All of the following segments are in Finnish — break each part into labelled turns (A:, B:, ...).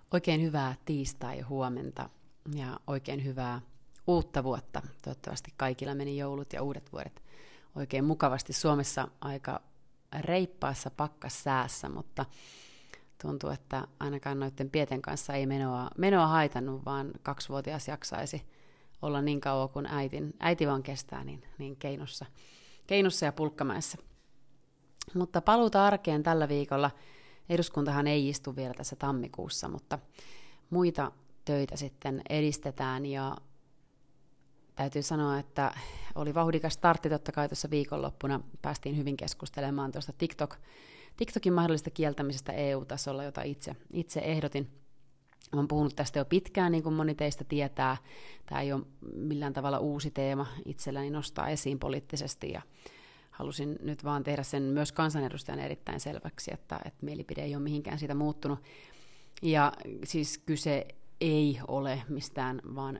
A: Oikein hyvää tiistai-huomenta ja oikein hyvää uutta vuotta. Toivottavasti kaikilla meni joulut ja uudet vuodet oikein mukavasti. Suomessa aika reippaassa pakkassäässä, mutta tuntuu, että ainakaan noiden pieten kanssa ei menoa haitannut, vaan 2-vuotias jaksaisi olla niin kauan kuin äiti vaan kestää, niin keinossa ja Pulkkamäessä. Mutta paluuta arkeen tällä viikolla. Eduskuntahan ei istu vielä tässä tammikuussa, mutta muita töitä sitten edistetään ja täytyy sanoa, että oli vauhdikas startti totta kai tuossa viikonloppuna. Päästiin hyvin keskustelemaan tuosta TikTokin mahdollisesta kieltämisestä EU-tasolla, jota itse ehdotin. Olen puhunut tästä jo pitkään, niin kuin moni teistä tietää. Tämä ei ole millään tavalla uusi teema itselläni nostaa esiin poliittisesti ja halusin nyt vaan tehdä sen myös kansanedustajan erittäin selväksi, että mielipide ei ole mihinkään siitä muuttunut. Ja siis kyse ei ole mistään vaan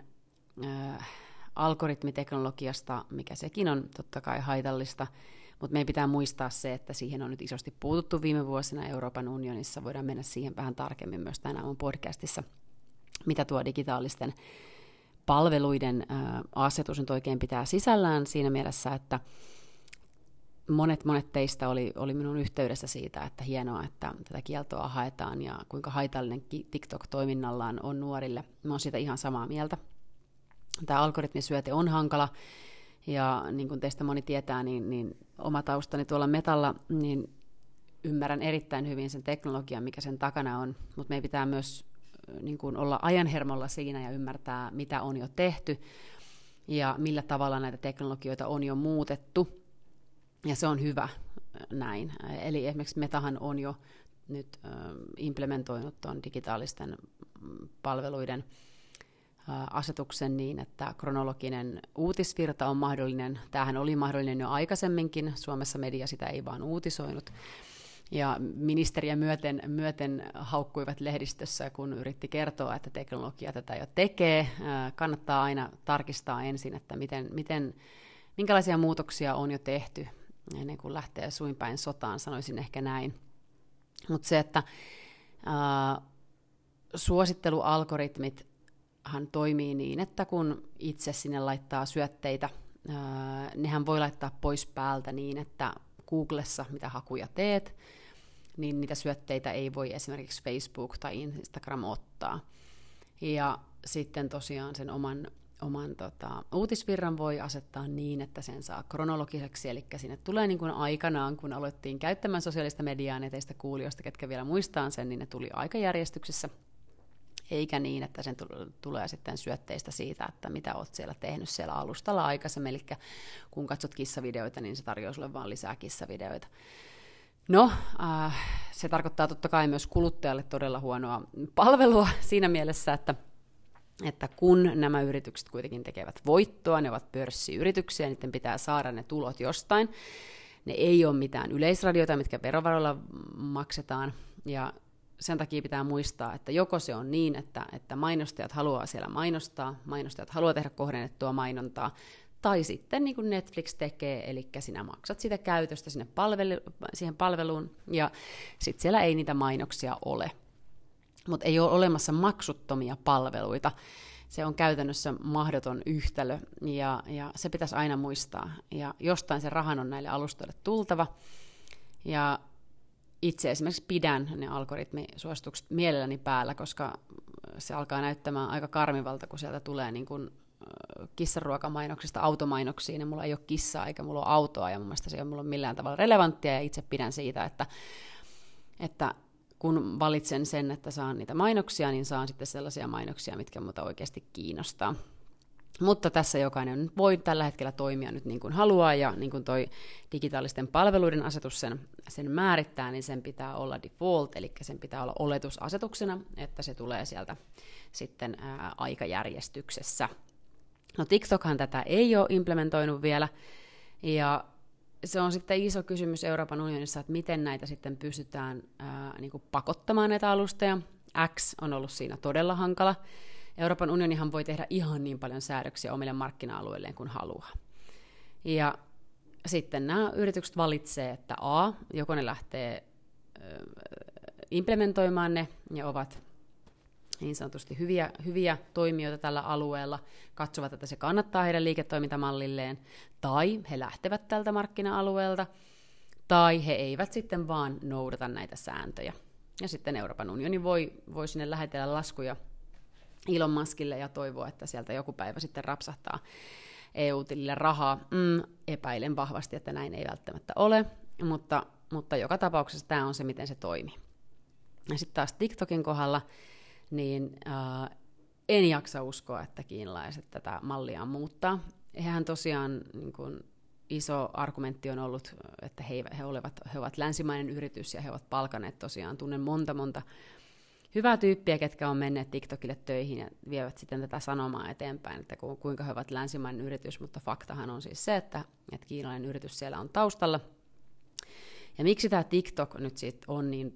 A: algoritmiteknologiasta, mikä sekin on totta kai haitallista, mutta meidän pitää muistaa se, että siihen on nyt isosti puututtu viime vuosina Euroopan unionissa. Voidaan mennä siihen vähän tarkemmin myös tänään mun podcastissa, mitä tuo digitaalisten palveluiden asetus nyt oikein pitää sisällään siinä mielessä, että monet teistä oli minun yhteydessä siitä, että hienoa, että tätä kieltoa haetaan ja kuinka haitallinen TikTok toiminnallaan on nuorille. Mä oon siitä ihan samaa mieltä. Tämä algoritmisyöte on hankala ja niin kuin teistä moni tietää, niin oma taustani tuolla Metalla, niin ymmärrän erittäin hyvin sen teknologian, mikä sen takana on, mutta meidän pitää myös niin kuin olla ajanhermolla siinä ja ymmärtää, mitä on jo tehty ja millä tavalla näitä teknologioita on jo muutettu. Ja se on hyvä näin. Eli esimerkiksi Metahan on jo nyt implementoinut tuon digitaalisten palveluiden asetuksen niin, että kronologinen uutisvirta on mahdollinen. Tämähän oli mahdollinen jo aikaisemminkin. Suomessa media sitä ei vaan uutisoinut. Ja ministeriä myöten haukkuivat lehdistössä, kun yritti kertoa, että teknologia tätä jo tekee. Kannattaa aina tarkistaa ensin, että minkälaisia muutoksia on jo tehty ennen kuin lähtee suin päin sotaan, sanoisin ehkä näin. Mutta se, että suosittelualgoritmithan toimii niin, että kun itse sinne laittaa syötteitä, nehän voi laittaa pois päältä niin, että Googlessa, mitä hakuja teet, niin niitä syötteitä ei voi esimerkiksi Facebook tai Instagram ottaa. Ja sitten tosiaan sen oman uutisvirran voi asettaa niin, että sen saa kronologiseksi, eli sinne tulee niin kuin aikanaan, kun aloittiin käyttämään sosiaalista mediaa, ne teistä kuulijoista, ketkä vielä muistaa sen, niin ne tuli aikajärjestyksessä, eikä niin, että sen tulee sitten syötteistä siitä, että mitä olet siellä tehnyt siellä alustalla aikaisemmin, eli kun katsot kissavideoita, niin se tarjoaa sulle vaan lisää kissavideoita. No, se tarkoittaa totta kai myös kuluttajalle todella huonoa palvelua siinä mielessä, että kun nämä yritykset kuitenkin tekevät voittoa, ne ovat pörssiyrityksiä, niiden pitää saada ne tulot jostain. Ne ei ole mitään yleisradioita, mitkä verovaroilla maksetaan, ja sen takia pitää muistaa, että joko se on niin, että mainostajat haluaa siellä mainostajat haluaa tehdä kohdennettua mainontaa, tai sitten niin kuin Netflix tekee, eli sinä maksat sitä käytöstä siihen palveluun, ja sitten siellä ei niitä mainoksia ole. Mutta ei ole olemassa maksuttomia palveluita. Se on käytännössä mahdoton yhtälö, ja se pitäisi aina muistaa. Ja jostain se rahan on näille alustoille tultava. Ja itse esimerkiksi pidän ne algoritmisuositukset mielelläni päällä, koska se alkaa näyttämään aika karmivalta, kun sieltä tulee niin kuin kissanruokamainoksista automainoksiin, ja mulla ei ole kissaa eikä mulla ole autoa, ja mun mielestä se ei ole mulla millään tavalla relevanttia, ja itse pidän siitä, että kun valitsen sen, että saan niitä mainoksia, niin saan sitten sellaisia mainoksia, mitkä minua oikeasti kiinnostaa. Mutta tässä jokainen voi tällä hetkellä toimia nyt niin kuin haluaa, ja niin kuin toi digitaalisten palveluiden asetus sen määrittää, niin sen pitää olla default, eli sen pitää olla oletusasetuksena, että se tulee sieltä sitten aikajärjestyksessä. No TikTokhan tätä ei ole implementoinut vielä, ja se on sitten iso kysymys Euroopan unionissa, että miten näitä sitten pystytään niin kuin pakottamaan näitä alustoja. X on ollut siinä todella hankala. Euroopan unionihan voi tehdä ihan niin paljon säädöksiä omille markkina-alueilleen kuin haluaa. Ja sitten nämä yritykset valitsee, että joko ne lähtee implementoimaan ne ja ovat niin sanotusti hyviä toimijoita tällä alueella, katsovat, että se kannattaa heidän liiketoimintamallilleen, tai he lähtevät tältä markkina-alueelta, tai he eivät sitten vaan noudata näitä sääntöjä. Ja sitten Euroopan unioni voi sinne lähetellä laskuja Elon Muskille ja toivoa, että sieltä joku päivä sitten rapsahtaa EU-tilille rahaa. Epäilen vahvasti, että näin ei välttämättä ole, mutta joka tapauksessa tämä on se, miten se toimii. Ja sitten taas TikTokin kohdalla, niin en jaksa uskoa, että kiinalaiset tätä malliaan muuttaa. Hehän tosiaan, niin kun iso argumentti on ollut, että he ovat länsimainen yritys ja he ovat palkanneet tosiaan. Tunnen monta hyvää tyyppiä, ketkä on menneet TikTokille töihin ja vievät sitten tätä sanomaa eteenpäin, että kuinka he ovat länsimainen yritys, mutta faktahan on siis se, että kiinalainen yritys siellä on taustalla. Ja miksi tämä TikTok nyt sit on niin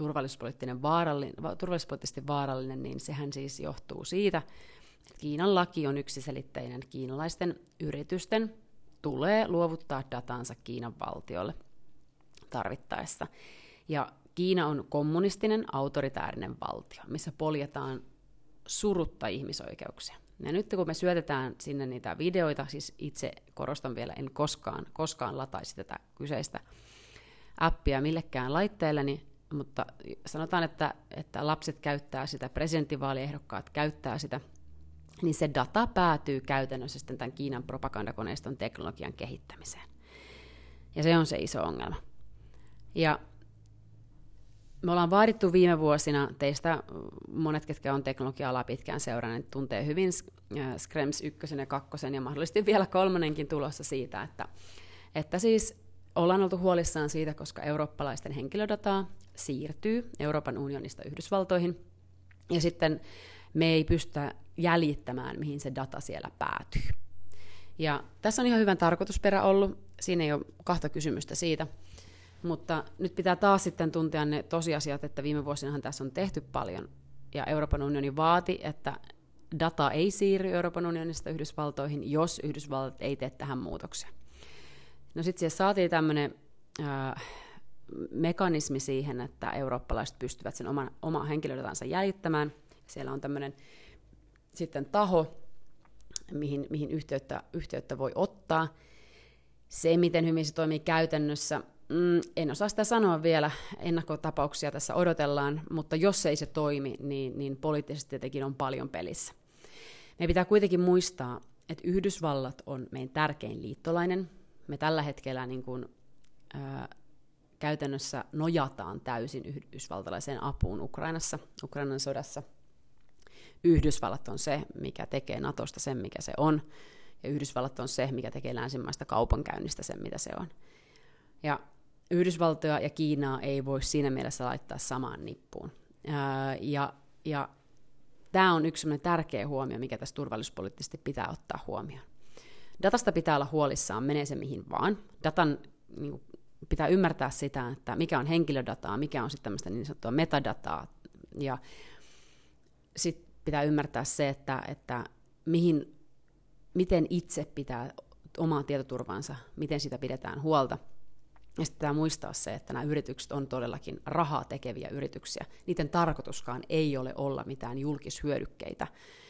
A: turvallisuuspoliittisesti vaarallinen, niin sehän siis johtuu siitä, että Kiinan laki on yksiselitteinen. Kiinalaisten yritysten tulee luovuttaa datansa Kiinan valtiolle tarvittaessa. Ja Kiina on kommunistinen, autoritäärinen valtio, missä poljetaan surutta ihmisoikeuksia. Ja nyt kun me syötetään sinne niitä videoita, siis itse korostan vielä, en koskaan lataisi tätä kyseistä appia millekään laitteelleni, mutta sanotaan, että lapset käyttää sitä, presidenttivaaliehdokkaat käyttää sitä, niin se data päätyy käytännössä sitten tämän Kiinan propagandakoneiston teknologian kehittämiseen. Ja se on se iso ongelma. Ja me ollaan vaadittu viime vuosina, teistä monet, ketkä on teknologia-alaa pitkään seuranneet, tuntee hyvin Schrems 1 ja 2 ja mahdollisesti vielä 3 tulossa siitä, että siis ollaan oltu huolissaan siitä, koska eurooppalaisten henkilödataa siirtyy Euroopan unionista Yhdysvaltoihin, ja sitten me ei pystytä jäljittämään, mihin se data siellä päätyy. Ja tässä on ihan hyvän tarkoitusperä ollut, siinä ei ole kahta kysymystä siitä, mutta nyt pitää taas sitten tuntea ne tosiasiat, että viime vuosinahan tässä on tehty paljon, ja Euroopan unioni vaati, että data ei siirry Euroopan unionista Yhdysvaltoihin, jos Yhdysvallat ei tee tähän muutoksia. No sitten siihen saatiin tämmöinen mekanismi siihen, että eurooppalaiset pystyvät sen oman henkilödatansa jäljittämään. Siellä on tämmöinen sitten taho, mihin yhteyttä voi ottaa. Se, miten hyvin se toimii käytännössä, en osaa sitä sanoa vielä, ennakkotapauksia tässä odotellaan, mutta jos ei se toimi, niin poliittisesti tietenkin on paljon pelissä. Meidän pitää kuitenkin muistaa, että Yhdysvallat on meidän tärkein liittolainen. Me tällä hetkellä niin kuin, käytännössä nojataan täysin yhdysvaltalaiseen apuun Ukrainan sodassa. Yhdysvallat on se, mikä tekee Natosta sen, mikä se on, ja Yhdysvallat on se, mikä tekee länsimaista kaupankäynnistä sen, mitä se on. Ja Yhdysvaltoja ja Kiinaa ei voi siinä mielessä laittaa samaan nippuun. Ja tämä on yksi sellainen tärkeä huomio, mikä tässä turvallisuuspoliittisesti pitää ottaa huomioon. Datasta pitää olla huolissaan, menee se mihin vaan. Datan niin pitää ymmärtää sitä, että mikä on henkilödataa, mikä on sitten tämmöistä niin sanottua metadataa. Ja sitten pitää ymmärtää se, että miten itse pitää omaa tietoturvansa, miten sitä pidetään huolta. Ja sitten pitää muistaa se, että nämä yritykset on todellakin rahaa tekeviä yrityksiä. Niiden tarkoituskaan ei ole olla mitään julkishyödykkeitä.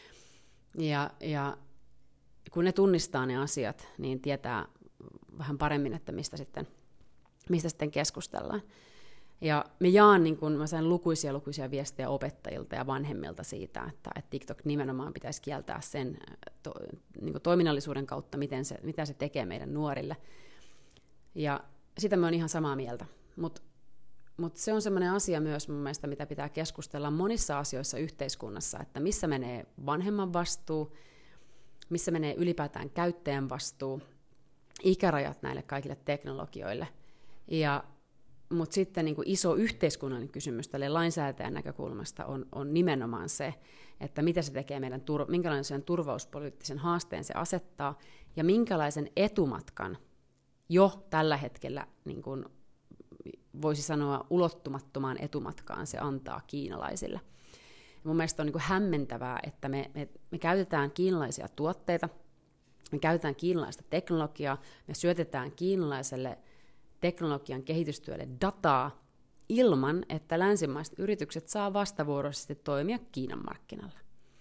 A: Ja kun ne tunnistaa ne asiat, niin tietää vähän paremmin, että mistä sitten keskustellaan. Ja me mä sain lukuisia viestejä opettajilta ja vanhemmilta siitä, että TikTok nimenomaan pitäisi kieltää sen niin toiminnallisuuden kautta, mitä se tekee meidän nuorille. Ja sitä me on ihan samaa mieltä. Mutta se on semmoinen asia myös mun mielestä, mitä pitää keskustella monissa asioissa yhteiskunnassa, että missä menee vanhemman vastuu, missä menee ylipäätään käyttäjän vastuu, ikärajat näille kaikille teknologioille. Mutta sitten niin kuin iso yhteiskunnallinen kysymys tälle lainsäätäjän näkökulmasta on nimenomaan se, että mitä se tekee minkälaisen turvallisuuspoliittisen haasteen se asettaa ja minkälaisen etumatkan jo tällä hetkellä, niin kuin voisi sanoa, ulottumattomaan etumatkaan se antaa kiinalaisille. Mun mielestä on niin kuin hämmentävää, että me käytetään kiinalaisia tuotteita, me käytetään kiinalaista teknologiaa, me syötetään kiinalaiselle teknologian kehitystyölle dataa, ilman, että länsimaiset yritykset saa vastavuoroisesti toimia Kiinan markkinalla.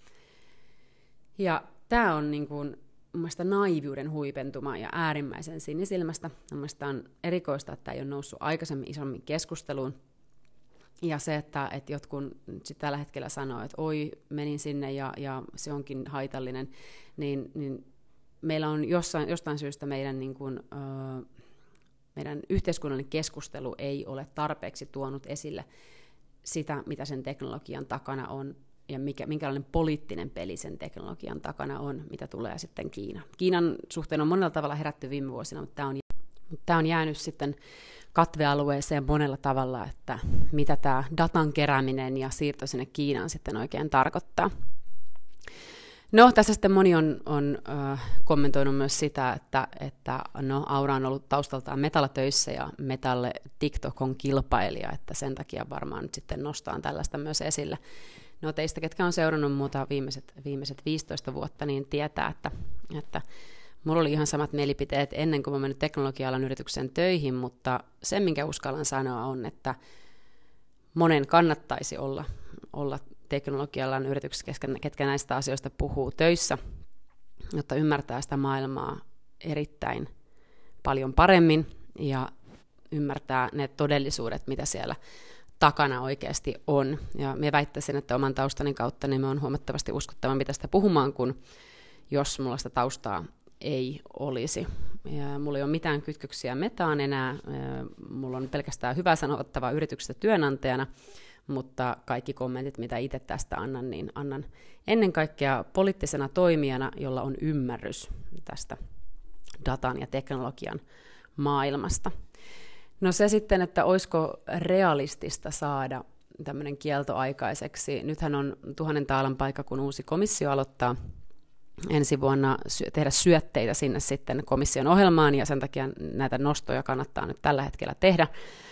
A: Ja tämä on niin kuin mun mielestä naiviuden huipentuma ja äärimmäisen sinisilmästä. Mun mielestä on erikoista, että tämä ei ole noussut aikaisemmin isommin keskusteluun. Ja se, että jotkut sit tällä hetkellä sanoo, että oi, menin sinne ja se onkin haitallinen, niin meillä on jostain syystä meidän, niin kuin, meidän yhteiskunnallinen keskustelu ei ole tarpeeksi tuonut esille sitä, mitä sen teknologian takana on, ja minkälainen poliittinen peli sen teknologian takana on, mitä tulee sitten Kiinaan. Kiinan suhteen on monella tavalla herätty viime vuosina, mutta tämä on jäänyt sitten katvealueeseen monella tavalla, että mitä tämä datan kerääminen ja siirto sinne Kiinaan sitten oikein tarkoittaa. No, tässä sitten moni on kommentoinut myös sitä, että Aura on ollut taustaltaan Metalla-töissä ja Metalle TikTok on kilpailija, että sen takia varmaan nyt sitten nostaa tällaista myös esille. No, teistä, ketkä on seurannut muuta viimeiset 15 vuotta, niin tietää, että mulla oli ihan samat mielipiteet ennen kuin mä menin teknologia-alan yrityksen töihin, mutta se, minkä uskallan sanoa, on, että monen kannattaisi olla teknologia-alan yrityksessä, ketkä näistä asioista puhuu töissä, jotta ymmärtää sitä maailmaa erittäin paljon paremmin ja ymmärtää ne todellisuudet, mitä siellä takana oikeasti on. Ja minä väittäisin, että oman taustani kautta niin mä oon huomattavasti uskottavampi tästä puhumaan, kuin jos mulla sitä taustaa ei olisi. Ja mulla ei ole mitään kytköksiä Metaan enää, mulla on pelkästään hyvä sanottavaa yrityksestä työnantajana, mutta kaikki kommentit, mitä itse tästä annan, niin annan ennen kaikkea poliittisena toimijana, jolla on ymmärrys tästä datan ja teknologian maailmasta. No se sitten, että olisiko realistista saada tämmöinen kielto aikaiseksi. Nythän on 1000 taalan paikka, kun uusi komissio aloittaa ensi vuonna tehdä syötteitä sinne sitten komission ohjelmaan, ja sen takia näitä nostoja kannattaa nyt tällä hetkellä tehdä.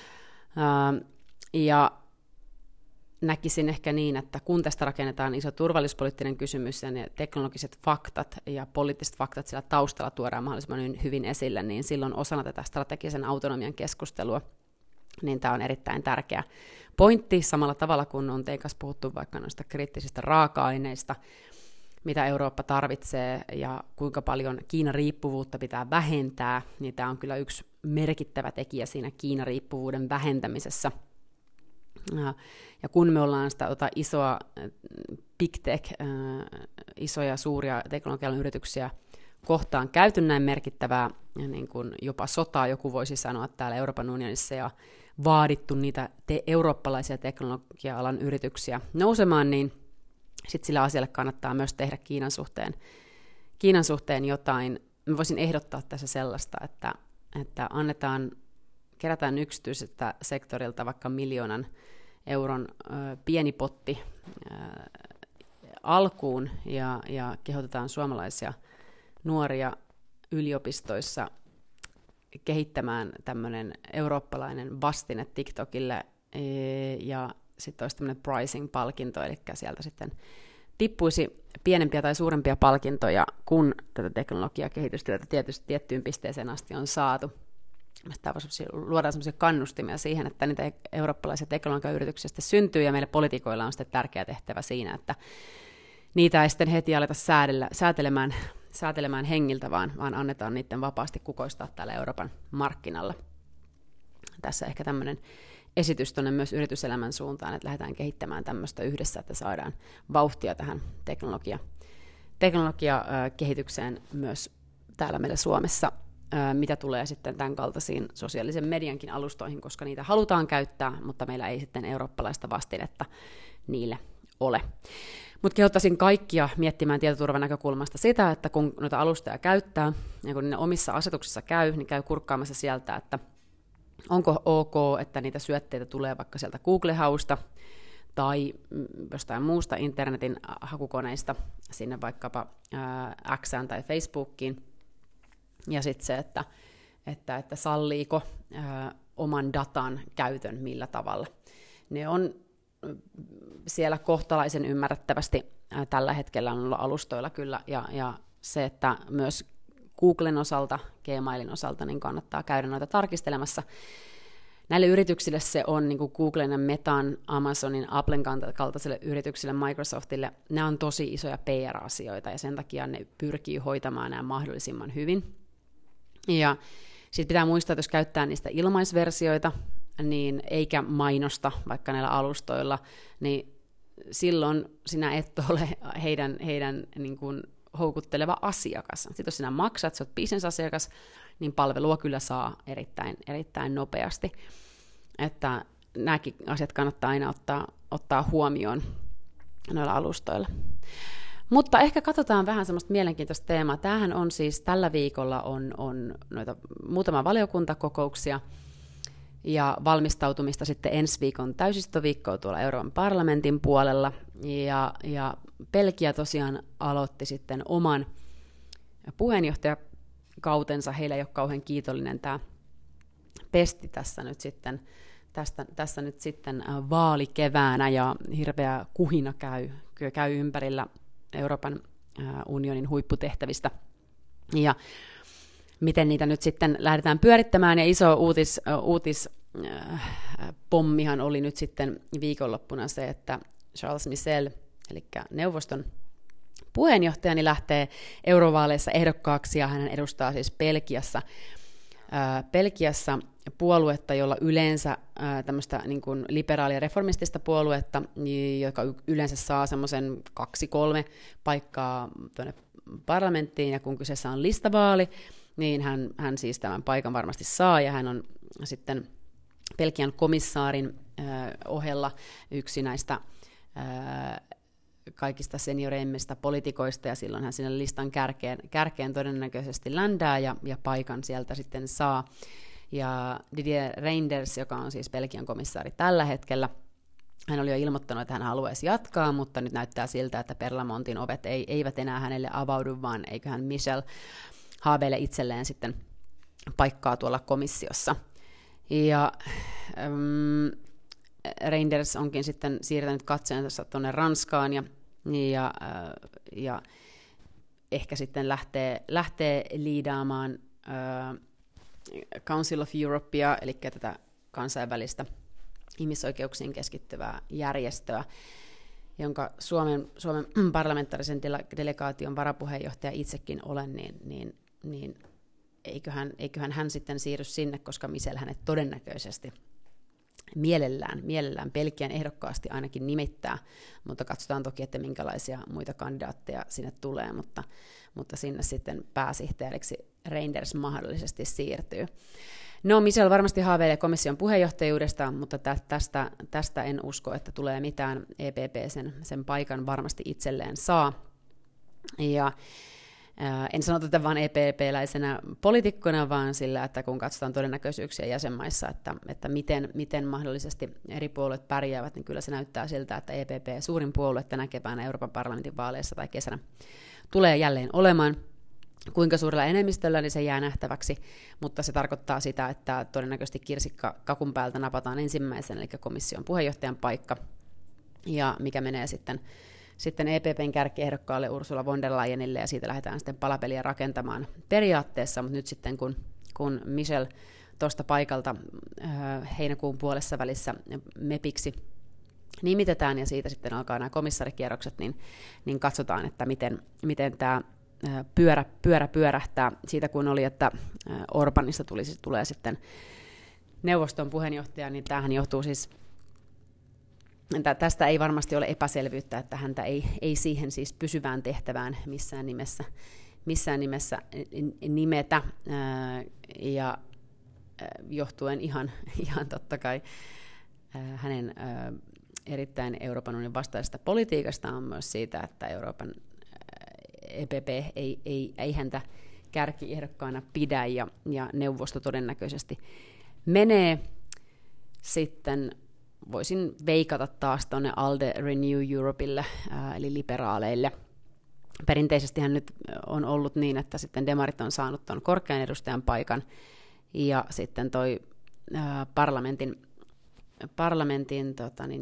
A: Ja näkisin ehkä niin, että kun tästä rakennetaan iso turvallisuuspoliittinen kysymys ja ne teknologiset faktat ja poliittiset faktat siellä taustalla tuodaan mahdollisimman hyvin esille, niin silloin osana tätä strategisen autonomian keskustelua, niin tämä on erittäin tärkeä pointti, samalla tavalla kuin on teidän kanssa puhuttu vaikka noista kriittisistä raaka-aineista, mitä Eurooppa tarvitsee ja kuinka paljon Kiinan riippuvuutta pitää vähentää, niin tämä on kyllä yksi merkittävä tekijä siinä Kiinan riippuvuuden vähentämisessä. Ja kun me ollaan sitä isoa big tech, isoja suuria teknologian yrityksiä kohtaan käyty näin merkittävää, niin kuin jopa sotaa joku voisi sanoa täällä Euroopan unionissa, ja vaadittu niitä eurooppalaisia teknologia-alan yrityksiä nousemaan, niin sitten sillä asialle kannattaa myös tehdä Kiinan suhteen jotain. Mä voisin ehdottaa tässä sellaista, että kerätään yksityiseltä sektorilta vaikka 1 miljoonan euron pieni potti alkuun ja kehotetaan suomalaisia nuoria yliopistoissa kehittämään tämmöinen eurooppalainen vastine TikTokille, ja sitten olisi tämmöinen pricing-palkinto, eli sieltä sitten tippuisi pienempiä tai suurempia palkintoja, kun tätä teknologiakehitystyötä tietysti tiettyyn pisteeseen asti on saatu. Luodaan sellaisia kannustimia siihen, että niitä eurooppalaisia teknologiayrityksiä syntyy, ja meillä poliitikoilla on sitten tärkeä tehtävä siinä, että niitä ei sitten heti aleta säätelemään hengiltä, vaan annetaan niiden vapaasti kukoistaa täällä Euroopan markkinalla. Tässä ehkä tämmöinen esitys tuonne myös yrityselämän suuntaan, että lähdetään kehittämään tämmöistä yhdessä, että saadaan vauhtia tähän teknologiakehitykseen myös täällä meillä Suomessa, mitä tulee sitten tämän kaltaisiin sosiaalisen mediankin alustoihin, koska niitä halutaan käyttää, mutta meillä ei sitten eurooppalaista vastinetta niille ole. Mutta kehottaisin kaikkia miettimään tietoturvan näkökulmasta sitä, että kun noita alustoja käyttää, ja kun ne omissa asetuksissa niin käy kurkkaamassa sieltä, että onko ok, että niitä syötteitä tulee vaikka sieltä Google-hausta tai jostain muusta internetin hakukoneista sinne vaikkapa Xään tai Facebookiin. Ja sitten se, että salliiko oman datan käytön millä tavalla. Ne on siellä kohtalaisen ymmärrettävästi tällä hetkellä on ollut alustoilla kyllä, ja se, että myös Googlen osalta, Gmailin osalta, niin kannattaa käydä noita tarkistelemassa. näille yrityksille se on niin kuin Googlen ja Metan, Amazonin, Applen kaltaisille yrityksille, Microsoftille, nämä on tosi isoja PR-asioita, ja sen takia ne pyrkii hoitamaan nämä mahdollisimman hyvin. Ja sitten pitää muistaa, että jos käyttää niistä ilmaisversioita, niin eikä mainosta vaikka näillä alustoilla, niin silloin sinä et ole heidän niin kuin houkutteleva asiakas. Sitten jos sinä maksat, sä oot business-asiakas, niin palvelua kyllä saa erittäin nopeasti. Että nämäkin asiat kannattaa aina ottaa huomioon noilla alustoilla. Mutta ehkä katsotaan vähän semmoista mielenkiintoista teemaa. Tämähän on siis, tällä viikolla on noita muutama valiokuntakokouksia ja valmistautumista sitten ensi viikon täysistuntoviikkoa tuolla Euroopan parlamentin puolella. Ja Belgia tosiaan aloitti sitten oman puheenjohtajakautensa. Heillä ei ole kauhean kiitollinen tämä pesti tässä nyt sitten vaalikeväänä, ja hirveä kuhina käy ympärillä Euroopan unionin huipputehtävistä. Ja miten niitä nyt sitten lähdetään pyörittämään, ja iso uutispommihan oli nyt sitten viikonloppuna se, että Charles Michel, eli neuvoston puheenjohtaja, niin lähtee eurovaaleissa ehdokkaaksi, ja hän edustaa siis Belgiassa puoluetta, jolla yleensä tämmöistä niin kuin liberaalia reformistista puoluetta, joka yleensä saa semmoisen 2-3 paikkaa tuonne parlamenttiin, ja kun kyseessä on listavaali, niin hän siis tämän paikan varmasti saa, ja hän on sitten Belgian komissaarin ohella yksi näistä kaikista senioreimmista poliitikoista, ja silloin hän sinne listan kärkeen todennäköisesti ländää, ja paikan sieltä sitten saa. Ja Didier Reynders, joka on siis Belgian komissaari tällä hetkellä, hän oli jo ilmoittanut, että hän haluaisi jatkaa, mutta nyt näyttää siltä, että Perlamontin ovet eivät enää hänelle avaudu, vaan eiköhän Michel haaveile itselleen sitten paikkaa tuolla komissiossa. Ja Reynders onkin sitten siirtänyt katseensa tuonne Ranskaan, ja ehkä sitten lähtee liidaamaan Council of Europea, eli tätä kansainvälistä ihmisoikeuksiin keskittyvää järjestöä, jonka Suomen parlamentaarisen delegaation varapuheenjohtaja itsekin olen, niin eiköhän hän sitten siirry sinne, koska Michel hänet todennäköisesti mielellään Belgian ehdokkaasti ainakin nimittää, mutta katsotaan toki, että minkälaisia muita kandidaatteja sinne tulee, mutta sinne sitten pääsihteeriksi Reynders mahdollisesti siirtyy. No, Michel varmasti haaveilee komission puheenjohtajuudesta, mutta tästä en usko, että tulee mitään. EPP sen paikan varmasti itselleen saa. Ja en sano tätä vain EPP-läisenä poliitikkona, vaan sillä, että kun katsotaan todennäköisyyksiä jäsenmaissa, että miten mahdollisesti eri puolueet pärjäävät, niin kyllä se näyttää siltä, että EPP suurin puolue tänä keväänä Euroopan parlamentin vaaleissa tai kesänä tulee jälleen olemaan. Kuinka suurella enemmistöllä, niin se jää nähtäväksi, mutta se tarkoittaa sitä, että todennäköisesti kirsikka kakun päältä napataan ensimmäisen, eli komission puheenjohtajan paikka, ja mikä menee sitten EPPn kärkiehdokkaalle Ursula von der Leyenille, ja siitä lähdetään sitten palapeliä rakentamaan periaatteessa, mutta nyt sitten kun Michel tuosta paikalta heinäkuun puolessa välissä MEPiksi nimitetään, ja siitä sitten alkaa nämä komissarikierrokset, niin katsotaan, että miten tämä pyörä pyörähtää siitä, kun oli, että Orbanista tulee sitten neuvoston puheenjohtaja, niin tämähän johtuu siis, tästä ei varmasti ole epäselvyyttä, että häntä ei siihen siis pysyvään tehtävään missään nimessä nimetä, ja johtuen ihan totta kai hänen erittäin Euroopan unionin vastaisesta politiikasta on myös siitä, että Euroopan EPP ei häntä kärkiehdokkaana pidä, ja neuvosto todennäköisesti menee sitten, voisin veikata taas tuonne ALDE Renew Europeille, eli liberaaleille. Perinteisestihän nyt on ollut niin, että sitten demarit on saanut tuon korkean edustajan paikan, ja sitten toi parlamentin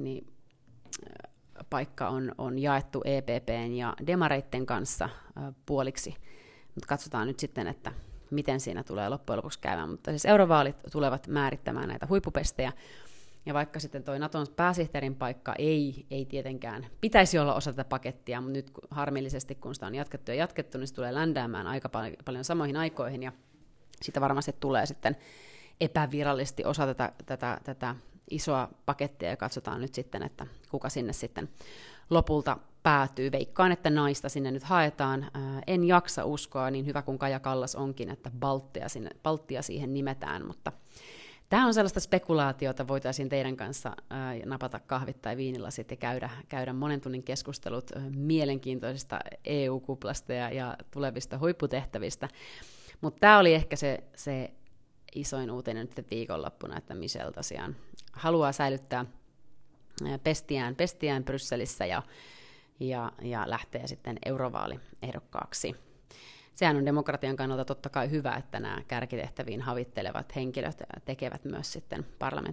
A: paikka on jaettu EPPn ja demareitten kanssa puoliksi. Mutta katsotaan nyt sitten, että miten siinä tulee loppujen lopuksi käymään. Mutta siis eurovaalit tulevat määrittämään näitä huippupestejä, ja vaikka sitten toi Naton pääsihteerin paikka ei tietenkään pitäisi olla osa tätä pakettia, mutta nyt harmillisesti, kun sitä on jatkettu, niin se tulee ländäämään aika paljon samoihin aikoihin, ja siitä varmasti tulee sitten epävirallisesti osa tätä isoa pakettia, ja katsotaan nyt sitten, että kuka sinne sitten lopulta päätyy. Veikkaan, että naista sinne nyt haetaan. En jaksa uskoa, niin hyvä kuin Kaja Kallas onkin, että Baltia siihen nimetään, mutta tämä on sellaista spekulaatiota, voitaisiin teidän kanssa napata kahvit tai viinilasit ja käydä monen tunnin keskustelut mielenkiintoisista EU-kuplasta ja tulevista huipputehtävistä. Mutta tämä oli ehkä se isoin uutinen nyt viikonloppuna, että Michel tosiaan haluaa säilyttää pestiään Brysselissä ja lähtee sitten eurovaaliehdokkaaksi. Sehän on demokratian kannalta totta kai hyvä, että nämä kärkitehtäviin havittelevat henkilöt tekevät myös sitten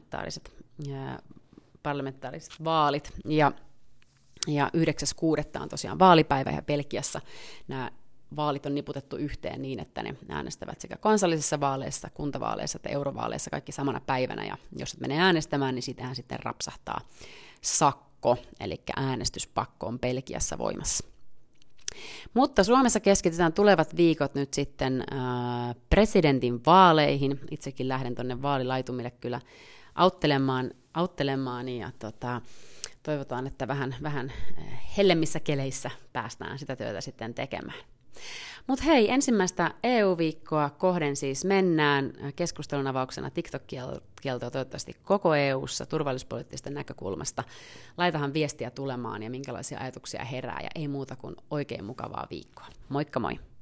A: parlamentaariset vaalit. Ja 9.6. on tosiaan vaalipäivä, ja Belgiassa nämä vaalit on niputettu yhteen niin, että ne äänestävät sekä kansallisissa vaaleissa, kuntavaaleissa että eurovaaleissa kaikki samana päivänä, ja jos et mene äänestämään, niin siitähän sitten rapsahtaa sakko, eli äänestyspakko on Belgiassa voimassa. Mutta Suomessa keskitytään tulevat viikot nyt sitten presidentin vaaleihin. Itsekin lähden tuonne vaalilaitumille kyllä auttelemaan ja toivotaan, että vähän hellemmissä keleissä päästään sitä työtä sitten tekemään. Mutta hei, ensimmäistä EU-viikkoa kohden siis mennään. Keskustelun avauksena TikTok-kieltoa toivottavasti koko EU:ssa turvallisuuspoliittisesta näkökulmasta. Laitahan viestiä tulemaan ja minkälaisia ajatuksia herää, ja ei muuta kuin oikein mukavaa viikkoa. Moikka moi!